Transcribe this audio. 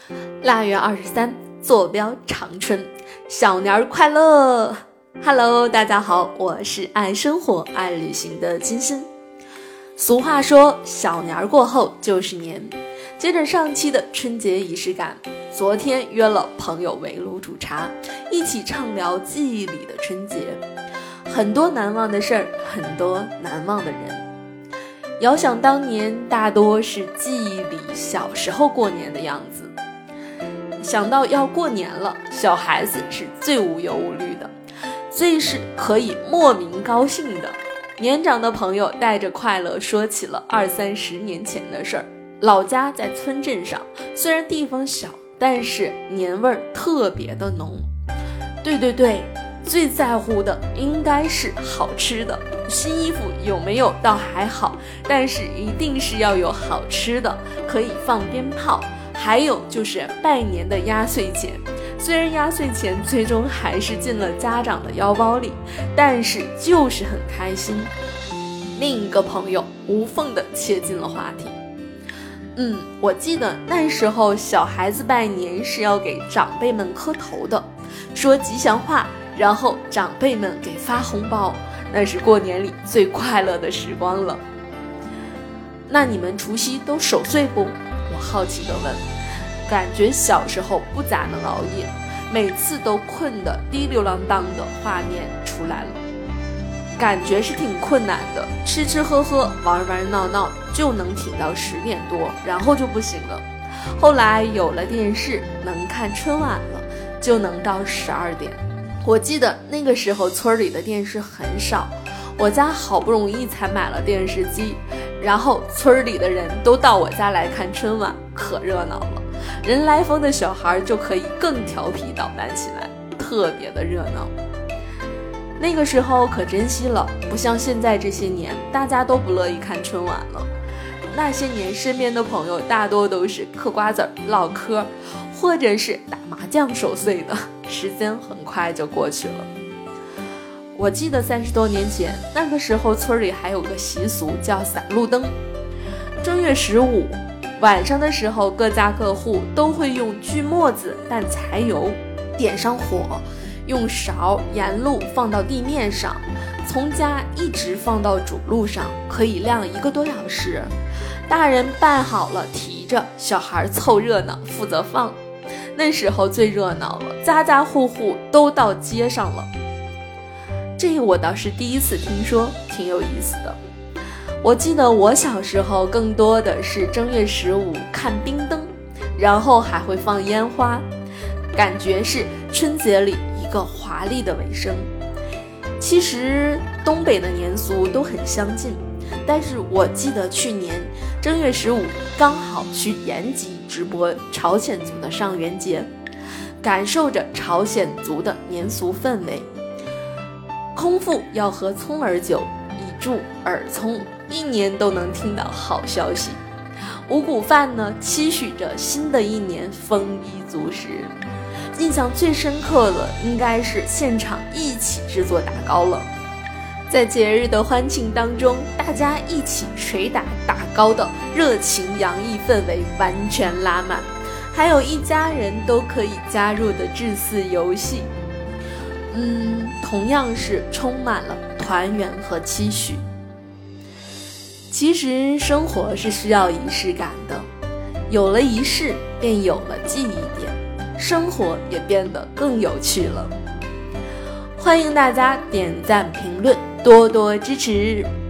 腊月23，坐标长春，小年儿快乐 ！Hello， 大家好，我是爱生活、爱旅行的金星。俗话说，小年儿过后就是年。接着上期的春节仪式感，昨天约了朋友围炉煮茶，一起畅聊记忆里的春节，很多难忘的事儿，很多难忘的人。遥想当年，大多是记忆里小时候过年的样子。想到要过年了，小孩子是最无忧无虑的，最是可以莫名高兴的。年长的朋友带着快乐说起了20-30年前的事儿。老家在村镇上，虽然地方小，但是年味儿特别的浓。对，最在乎的应该是好吃的。新衣服有没有倒还好，但是一定是要有好吃的，可以放鞭炮。还有就是拜年的压岁钱，虽然压岁钱最终还是进了家长的腰包里，但是就是很开心。另一个朋友无缝地切进了话题。我记得那时候小孩子拜年是要给长辈们磕头的，说吉祥话，然后长辈们给发红包，那是过年里最快乐的时光了。那你们除夕都守岁不？我好奇地问。感觉小时候不咋能熬夜，每次都困得滴溜啷当的画面出来了，感觉是挺困难的，吃吃喝喝玩玩闹闹就能挺到10点多，然后就不行了。后来有了电视，能看春晚了，就能到12点。我记得那个时候村里的电视很少，我家好不容易才买了电视机，然后村里的人都到我家来看春晚，可热闹了。人来疯的小孩就可以更调皮捣蛋起来，特别的热闹。那个时候可珍惜了，不像现在这些年大家都不乐意看春晚了。那些年身边的朋友大多都是嗑瓜子唠嗑，或者是打麻将守岁的，时间很快就过去了。我记得30多年前，那个时候村里还有个习俗叫撒路灯。正月15晚上的时候，各家各户都会用锯末子拌柴油，点上火，用勺沿路放到地面上，从家一直放到主路上，可以亮1个多小时。大人拌好了提着，小孩凑热闹负责放。那时候最热闹了，家家户户都到街上了。这我倒是第一次听说，挺有意思的。我记得我小时候更多的是正月15看冰灯，然后还会放烟花，感觉是春节里一个华丽的尾声。其实东北的年俗都很相近，但是我记得去年正月15刚好去延吉直播朝鲜族的上元节，感受着朝鲜族的年俗氛围。空腹要喝葱儿酒，以助耳聪，1年都能听到好消息。五谷饭呢，期许着新的一年丰衣足食。印象最深刻的应该是现场一起制作打糕了。在节日的欢庆当中，大家一起捶打打糕的热情洋溢氛围完全拉满，还有一家人都可以加入的祭祀游戏。同样是充满了团圆和期许。其实生活是需要仪式感的，有了仪式便有了记忆点，生活也变得更有趣了。欢迎大家点赞评论，多多支持。